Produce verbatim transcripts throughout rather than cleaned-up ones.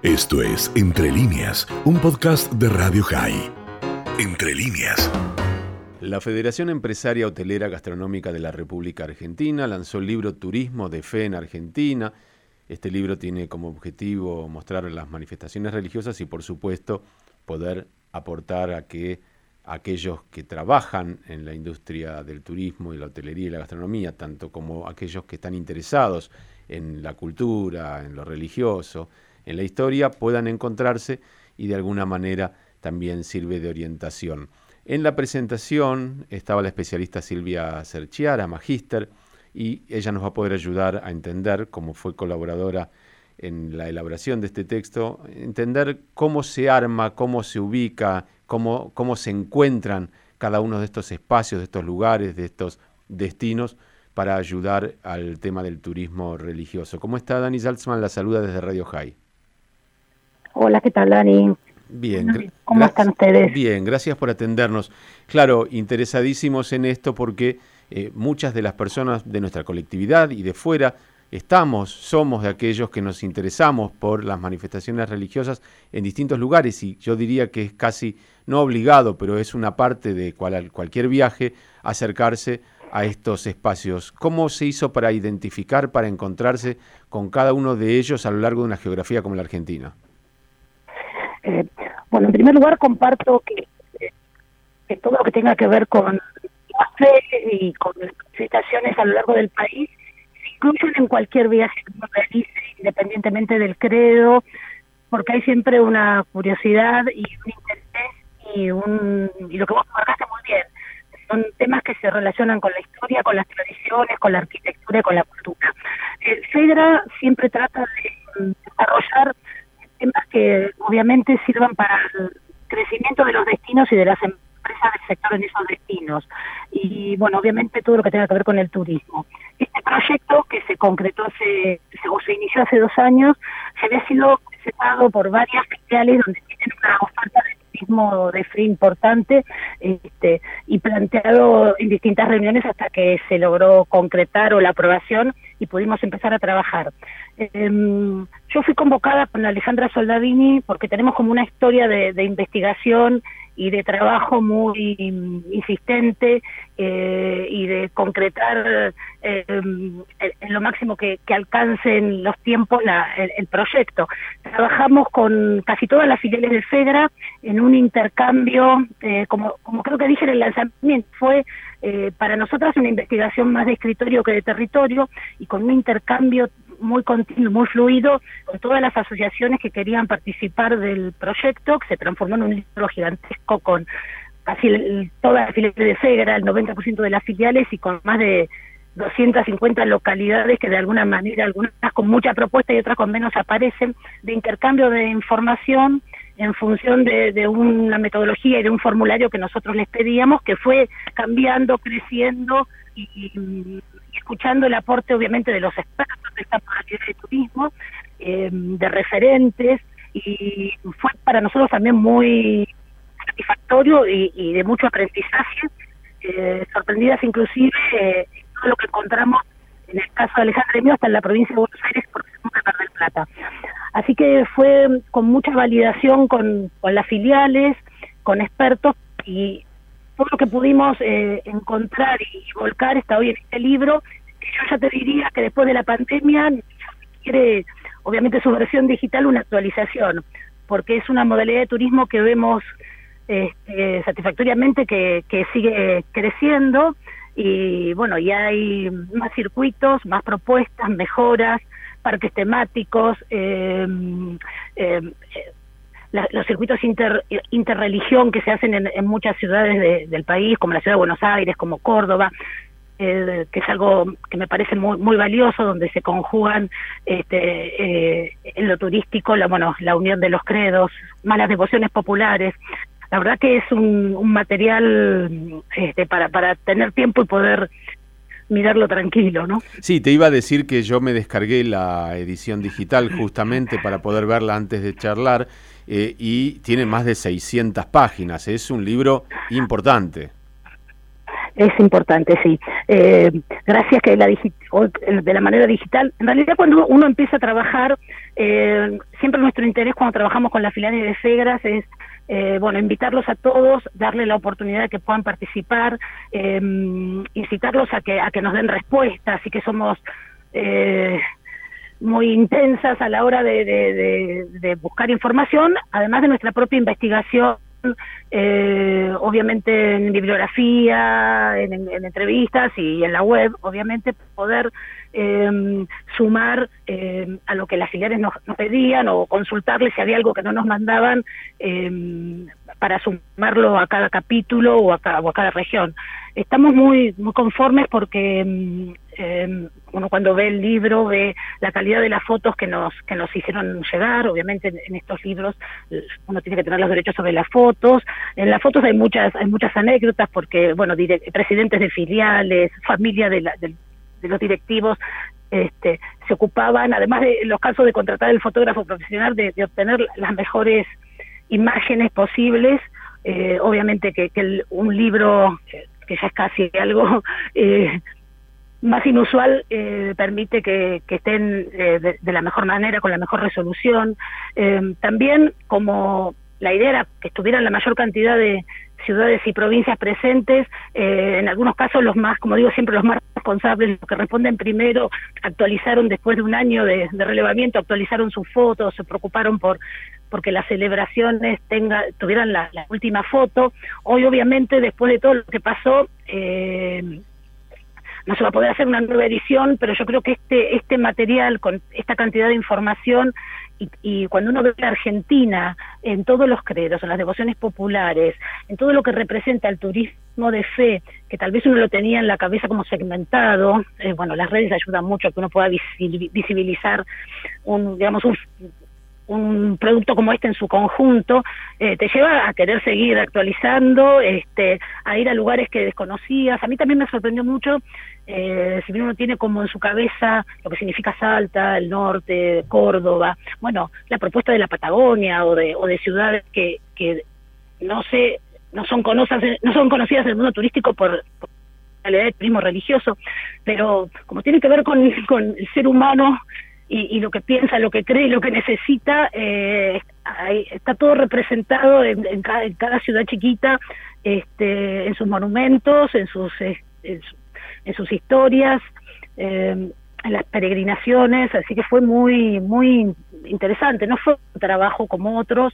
Esto es Entre Líneas, un podcast de Radio High. Entre Líneas. La Federación Empresaria Hotelera Gastronómica de la República Argentina lanzó el libro Turismo de Fe en Argentina. Este libro tiene como objetivo mostrar las manifestaciones religiosas y, por supuesto, poder aportar a que aquellos que trabajan en la industria del turismo y la hotelería y la gastronomía, tanto como aquellos que están interesados en la cultura, en lo religioso, en la historia, puedan encontrarse y de alguna manera también sirve de orientación. En la presentación estaba la especialista Silvia Cerchiara, magíster, y ella nos va a poder ayudar a entender, como fue colaboradora en la elaboración de este texto, entender cómo se arma, cómo se ubica, cómo, cómo se encuentran cada uno de estos espacios, de estos lugares, de estos destinos, para ayudar al tema del turismo religioso. ¿Cómo está Dani Salzman? La saluda desde Radio High. Hola, ¿qué tal, Dani? Bien. ¿Cómo están ustedes? Bien, gracias por atendernos. Claro, interesadísimos en esto porque eh, muchas de las personas de nuestra colectividad y de fuera estamos, somos de aquellos que nos interesamos por las manifestaciones religiosas en distintos lugares, y yo diría que es casi no obligado, pero es una parte de cual, cualquier viaje acercarse a estos espacios. ¿Cómo se hizo para identificar, para encontrarse con cada uno de ellos a lo largo de una geografía como la Argentina? Eh, bueno, en primer lugar comparto que, que todo lo que tenga que ver con la fe y con las manifestaciones a lo largo del país se incluyen en cualquier viaje que uno realice, independientemente del credo, porque hay siempre una curiosidad y un interés y, un, y lo que vos marcaste muy bien, son temas que se relacionan con la historia, con las tradiciones, con la arquitectura y con la cultura. El FEDRA siempre trata de desarrollar temas que obviamente sirvan para el crecimiento de los destinos y de las empresas del sector en esos destinos. Y bueno, obviamente todo lo que tenga que ver con el turismo. Este proyecto, que se concretó hace, o se inició hace dos años, se había sido presentado por varias filiales donde tienen una oferta de turismo de fe importante, este, y planteado en distintas reuniones hasta que se logró concretar o la aprobación y pudimos empezar a trabajar. Eh, yo fui convocada con Alejandra Soldavini porque tenemos como una historia de, de investigación y de trabajo muy insistente eh, y de concretar eh, en lo máximo que, que alcancen los tiempos la, el, el proyecto. Trabajamos con casi todas las filiales de FEDRA en un intercambio, eh, como, como creo que dije en el lanzamiento, fue eh, para nosotras una investigación más de escritorio que de territorio, y con un intercambio muy continuo, muy fluido, con todas las asociaciones que querían participar del proyecto, que se transformó en un libro gigantesco con casi el, todas las filiales de FEDRA, el noventa por ciento de las filiales, y con más de doscientas cincuenta localidades que de alguna manera, algunas con mucha propuesta y otras con menos, aparecen, de intercambio de información en función de, de una metodología y de un formulario que nosotros les pedíamos, que fue cambiando, creciendo y, y escuchando el aporte obviamente de los expertos de esta modalidad de turismo, eh, de referentes, y fue para nosotros también muy satisfactorio y, y de mucho aprendizaje, eh, sorprendidas inclusive eh, todo lo que encontramos en el caso de Alejandra y mío, hasta en la provincia de Buenos Aires, porque somos de Mar del Plata. Así que fue con mucha validación con, con las filiales, con expertos, y todo lo que pudimos eh, encontrar y volcar está hoy en este libro, que yo ya te diría que después de la pandemia quiere, obviamente, su versión digital, una actualización, porque es una modalidad de turismo que vemos este, satisfactoriamente que, que sigue creciendo, y bueno, y hay más circuitos, más propuestas, mejoras, parques temáticos, eh, eh, la, los circuitos inter, interreligión que se hacen en, en muchas ciudades de, del país, como la ciudad de Buenos Aires, como Córdoba, eh, que es algo que me parece muy muy valioso, donde se conjugan este, eh, en lo turístico, la, bueno, la unión de los credos, más las devociones populares. La verdad que es un, un material este, para, para tener tiempo y poder mirarlo tranquilo, ¿no? Sí, te iba a decir que yo me descargué la edición digital justamente para poder verla antes de charlar, eh, y tiene más de seiscientas páginas, es un libro importante. Es importante, sí. Eh, gracias que la digi- de la manera digital, en realidad cuando uno empieza a trabajar eh, siempre nuestro interés cuando trabajamos con las filiales de FEGRAS es Eh, bueno, invitarlos a todos, darle la oportunidad de que puedan participar, eh, incitarlos a que a que nos den respuestas, y que somos eh, muy intensas a la hora de, de, de, de buscar información, además de nuestra propia investigación, eh, obviamente en bibliografía, en, en, en entrevistas y en la web, obviamente poder eh, sumar eh, a lo que las filiales nos, nos pedían, o consultarles si había algo que no nos mandaban, eh, para sumarlo a cada capítulo o a cada, o a cada región. Estamos muy muy conformes porque eh, uno cuando ve el libro ve la calidad de las fotos que nos que nos hicieron llegar. Obviamente en, en estos libros uno tiene que tener los derechos sobre las fotos. En las fotos hay muchas hay muchas anécdotas porque, bueno, direct, presidentes de filiales, familia de, la, de, de los directivos, este, se ocupaban, además de los casos de contratar el fotógrafo profesional, de, de obtener las mejores imágenes posibles. Eh, obviamente que, que el, un libro que ya es casi algo eh, más inusual, eh, permite que, que estén eh, de, de la mejor manera, con la mejor resolución. Eh, también, como la idea era que estuvieran la mayor cantidad de ciudades y provincias presentes, eh, en algunos casos los más, como digo siempre, los más responsables, los que responden primero, actualizaron después de un año de, de relevamiento, actualizaron sus fotos, se preocuparon por porque las celebraciones tenga, tuvieran la, la última foto. Hoy, obviamente, después de todo lo que pasó, eh, no se va a poder hacer una nueva edición, pero yo creo que este este material, con esta cantidad de información, y, y cuando uno ve la Argentina en todos los credos, en las devociones populares, en todo lo que representa el turismo de fe, que tal vez uno lo tenía en la cabeza como segmentado, eh, bueno, las redes ayudan mucho a que uno pueda visibilizar un, digamos, un un producto como este en su conjunto, eh, te lleva a querer seguir actualizando, este, a ir a lugares que desconocías. A mí también me sorprendió mucho, eh, si bien uno tiene como en su cabeza lo que significa Salta, el norte, Córdoba, bueno, la propuesta de la Patagonia o de, o de ciudades que, que no sé, no son conocidas, no son conocidas en el mundo turístico por, por la realidad del turismo religioso, pero como tiene que ver con, con el ser humano, Y, y lo que piensa, lo que cree, lo que necesita, eh, ahí está todo representado en, en, cada, en cada ciudad chiquita, este, en sus monumentos, en sus en, su, en sus historias, eh, en las peregrinaciones, así que fue muy muy interesante. No fue un trabajo como otros,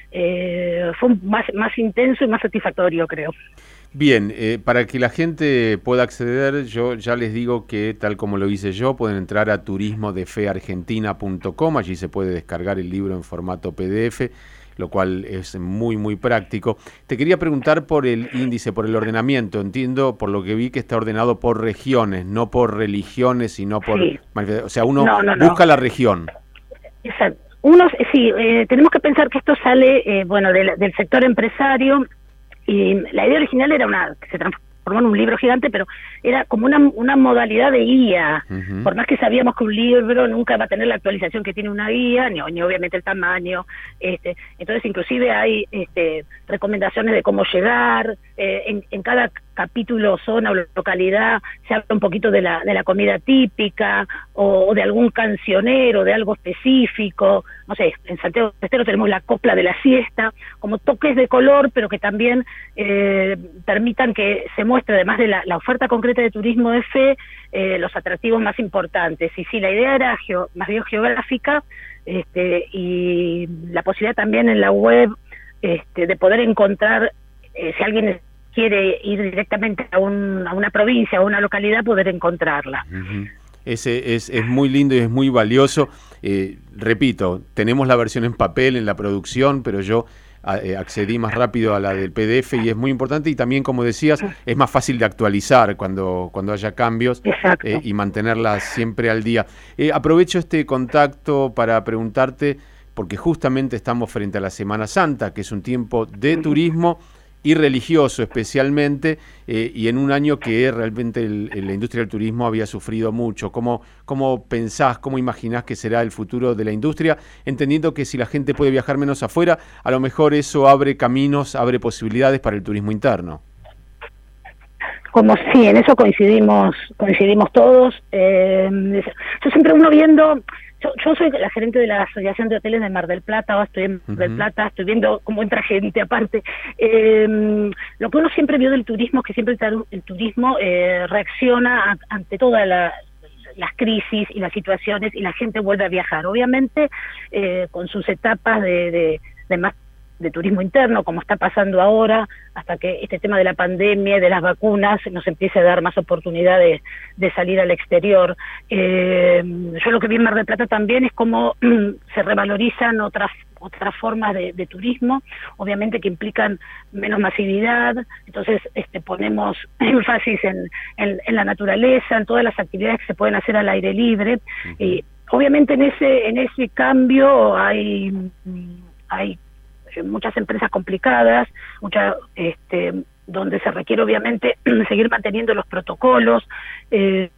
eh, fue más más intenso y más satisfactorio, creo. Bien, eh, para que la gente pueda acceder, yo ya les digo que, tal como lo hice yo, pueden entrar a turismo de fe argentina punto com, allí se puede descargar el libro en formato P D F, lo cual es muy, muy práctico. Te quería preguntar por el índice, por el ordenamiento. Entiendo, por lo que vi, que está ordenado por regiones, no por religiones, sino por... Sí. O sea, uno no, no, busca no. la región. Exacto. Uno, sí, eh, tenemos que pensar que esto sale, eh, bueno, del, del sector empresario. Y la idea original era una, que se transformó en un libro gigante, pero era como una, una modalidad de guía. Uh-huh. Por más que sabíamos que un libro nunca va a tener la actualización que tiene una guía, ni, ni obviamente el tamaño. Este, entonces, inclusive hay este, recomendaciones de cómo llegar. Eh, en, en cada capítulo, zona o localidad, se habla un poquito de la, de la comida típica, o, o de algún cancionero, de algo específico. No sé, en Santiago del Estero tenemos la copla de la siesta, como toques de color, pero que también eh, permitan que se muestre, además de la, la oferta concreta de turismo de fe, eh, los atractivos más importantes. Y sí, la idea era geo, más bien geográfica, este, y la posibilidad también en la web este, de poder encontrar, eh, si alguien quiere ir directamente a, un, a una provincia o a una localidad, poder encontrarla. Uh-huh. Ese es, es muy lindo y es muy valioso. Eh, repito, tenemos la versión en papel en la producción, pero yo eh, accedí más rápido a la del P D F y es muy importante. Y también, como decías, es más fácil de actualizar cuando, cuando haya cambios eh, y mantenerla siempre al día. Eh, aprovecho este contacto para preguntarte, porque justamente estamos frente a la Semana Santa, que es un tiempo de turismo y religioso especialmente, eh, y en un año que realmente el, la industria del turismo había sufrido mucho. ¿Cómo, cómo pensás, cómo imaginás que será el futuro de la industria? Entendiendo que si la gente puede viajar menos afuera, a lo mejor eso abre caminos, abre posibilidades para el turismo interno. Como sí, en eso coincidimos coincidimos todos. Eh, yo siempre uno viendo yo, yo soy la gerente de la Asociación de Hoteles de Mar del Plata, ahora estoy en Mar del Uh-huh. Plata, estoy viendo cómo entra gente aparte. Eh, lo que uno siempre vio del turismo es que siempre el, el turismo eh, reacciona a, ante todas la, las crisis y las situaciones, y la gente vuelve a viajar. Obviamente, eh, con sus etapas de, de, de más de turismo interno, como está pasando ahora, hasta que este tema de la pandemia y de las vacunas nos empiece a dar más oportunidad de, de salir al exterior. Eh, yo lo que vi en Mar del Plata también es cómo se revalorizan otras otras formas de, de turismo, obviamente que implican menos masividad, entonces este ponemos énfasis en, en, en la naturaleza, en todas las actividades que se pueden hacer al aire libre, uh-huh. y obviamente en ese en ese cambio hay hay muchas empresas complicadas, muchas este donde se requiere obviamente seguir manteniendo los protocolos, eh,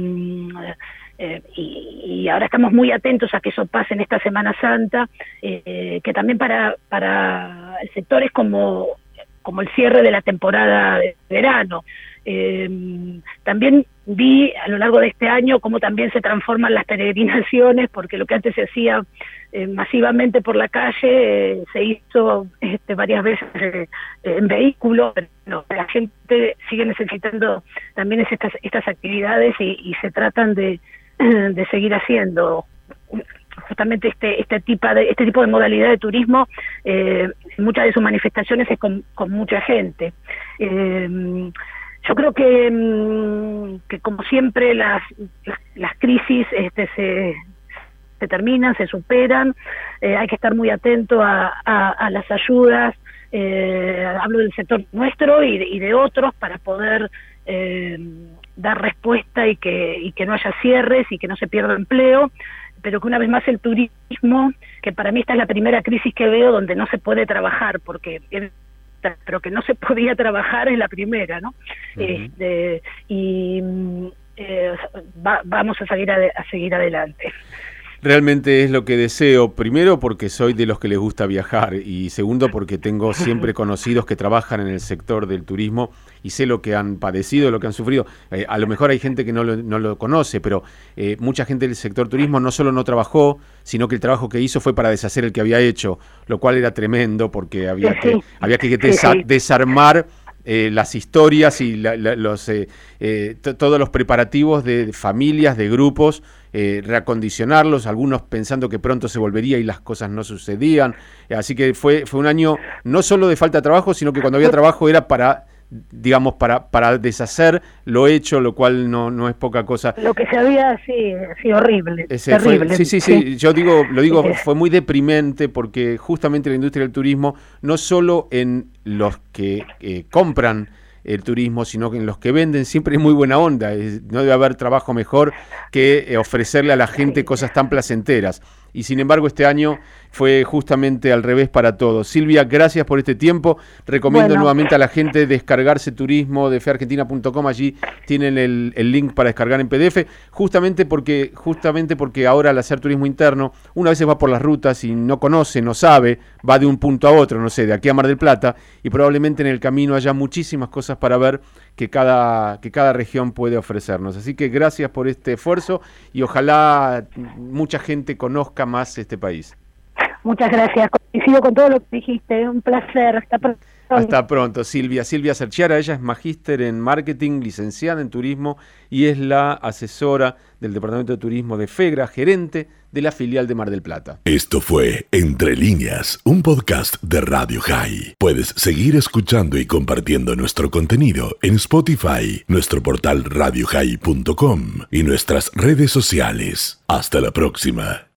eh, y, y ahora estamos muy atentos a que eso pase en esta Semana Santa, eh, que también para para el sector es como como el cierre de la temporada de verano. Eh, también vi a lo largo de este año cómo también se transforman las peregrinaciones, porque lo que antes se hacía eh, masivamente por la calle eh, se hizo este, varias veces eh, en vehículos, pero no, la gente sigue necesitando también estas estas actividades y, y se tratan de, de seguir haciendo. Justamente este este tipo de este tipo de modalidad de turismo, eh, muchas de sus manifestaciones es con, con mucha gente. Eh, yo creo que, que como siempre las las, las crisis este se se terminan, se superan, eh, hay que estar muy atento a, a, a las ayudas, eh, hablo del sector nuestro y de, y de otros, para poder eh, dar respuesta y que y que no haya cierres y que no se pierda empleo, pero que una vez más el turismo, que para mí esta es la primera crisis que veo donde no se puede trabajar, porque pero que no se podía trabajar es la primera, ¿no? Uh-huh. Este, y eh, va, vamos a seguir a, a seguir adelante. Realmente es lo que deseo, primero porque soy de los que les gusta viajar, y segundo porque tengo siempre conocidos que trabajan en el sector del turismo y sé lo que han padecido, lo que han sufrido. Eh, a lo mejor hay gente que no lo, no lo conoce, pero eh, mucha gente del sector turismo no solo no trabajó, sino que el trabajo que hizo fue para deshacer el que había hecho, lo cual era tremendo porque había que, había que desa- desarmar Eh, las historias y la, la, los eh, eh, t- todos los preparativos de familias, de grupos, eh, reacondicionarlos, algunos pensando que pronto se volvería y las cosas no sucedían. Así que fue fue un año no solo de falta de trabajo, sino que cuando había trabajo era para, digamos, para para deshacer lo hecho, lo cual no no es poca cosa. Lo que se había, sí, sí, horrible, Ese terrible. Fue, sí, sí, sí, sí, yo digo, lo digo, fue muy deprimente porque justamente la industria del turismo, no solo en los que eh, compran el turismo, sino que en los que venden siempre hay muy buena onda. Es, no debe haber trabajo mejor que eh, ofrecerle a la gente cosas tan placenteras. Y sin embargo este año fue justamente al revés para todos. Silvia, gracias por este tiempo. Recomiendo bueno. nuevamente a la gente descargarse turismo de fe argentina punto com. Allí tienen el, el link para descargar en P D F, justamente porque, justamente porque ahora al hacer turismo interno, una vez va por las rutas y no conoce, no sabe, va de un punto a otro, no sé, de aquí a Mar del Plata, y probablemente en el camino haya muchísimas cosas para ver que cada, que cada región puede ofrecernos. Así que gracias por este esfuerzo y ojalá mucha gente conozca más este país. Muchas gracias, coincido con todo lo que dijiste, un placer, hasta pronto. Hasta pronto, Silvia. Silvia Serchiara, ella es magíster en marketing, licenciada en turismo y es la asesora del Departamento de Turismo de FEGRA, gerente de la filial de Mar del Plata. Esto fue Entre Líneas, un podcast de Radio High. Puedes seguir escuchando y compartiendo nuestro contenido en Spotify, nuestro portal radio high punto com y nuestras redes sociales. Hasta la próxima.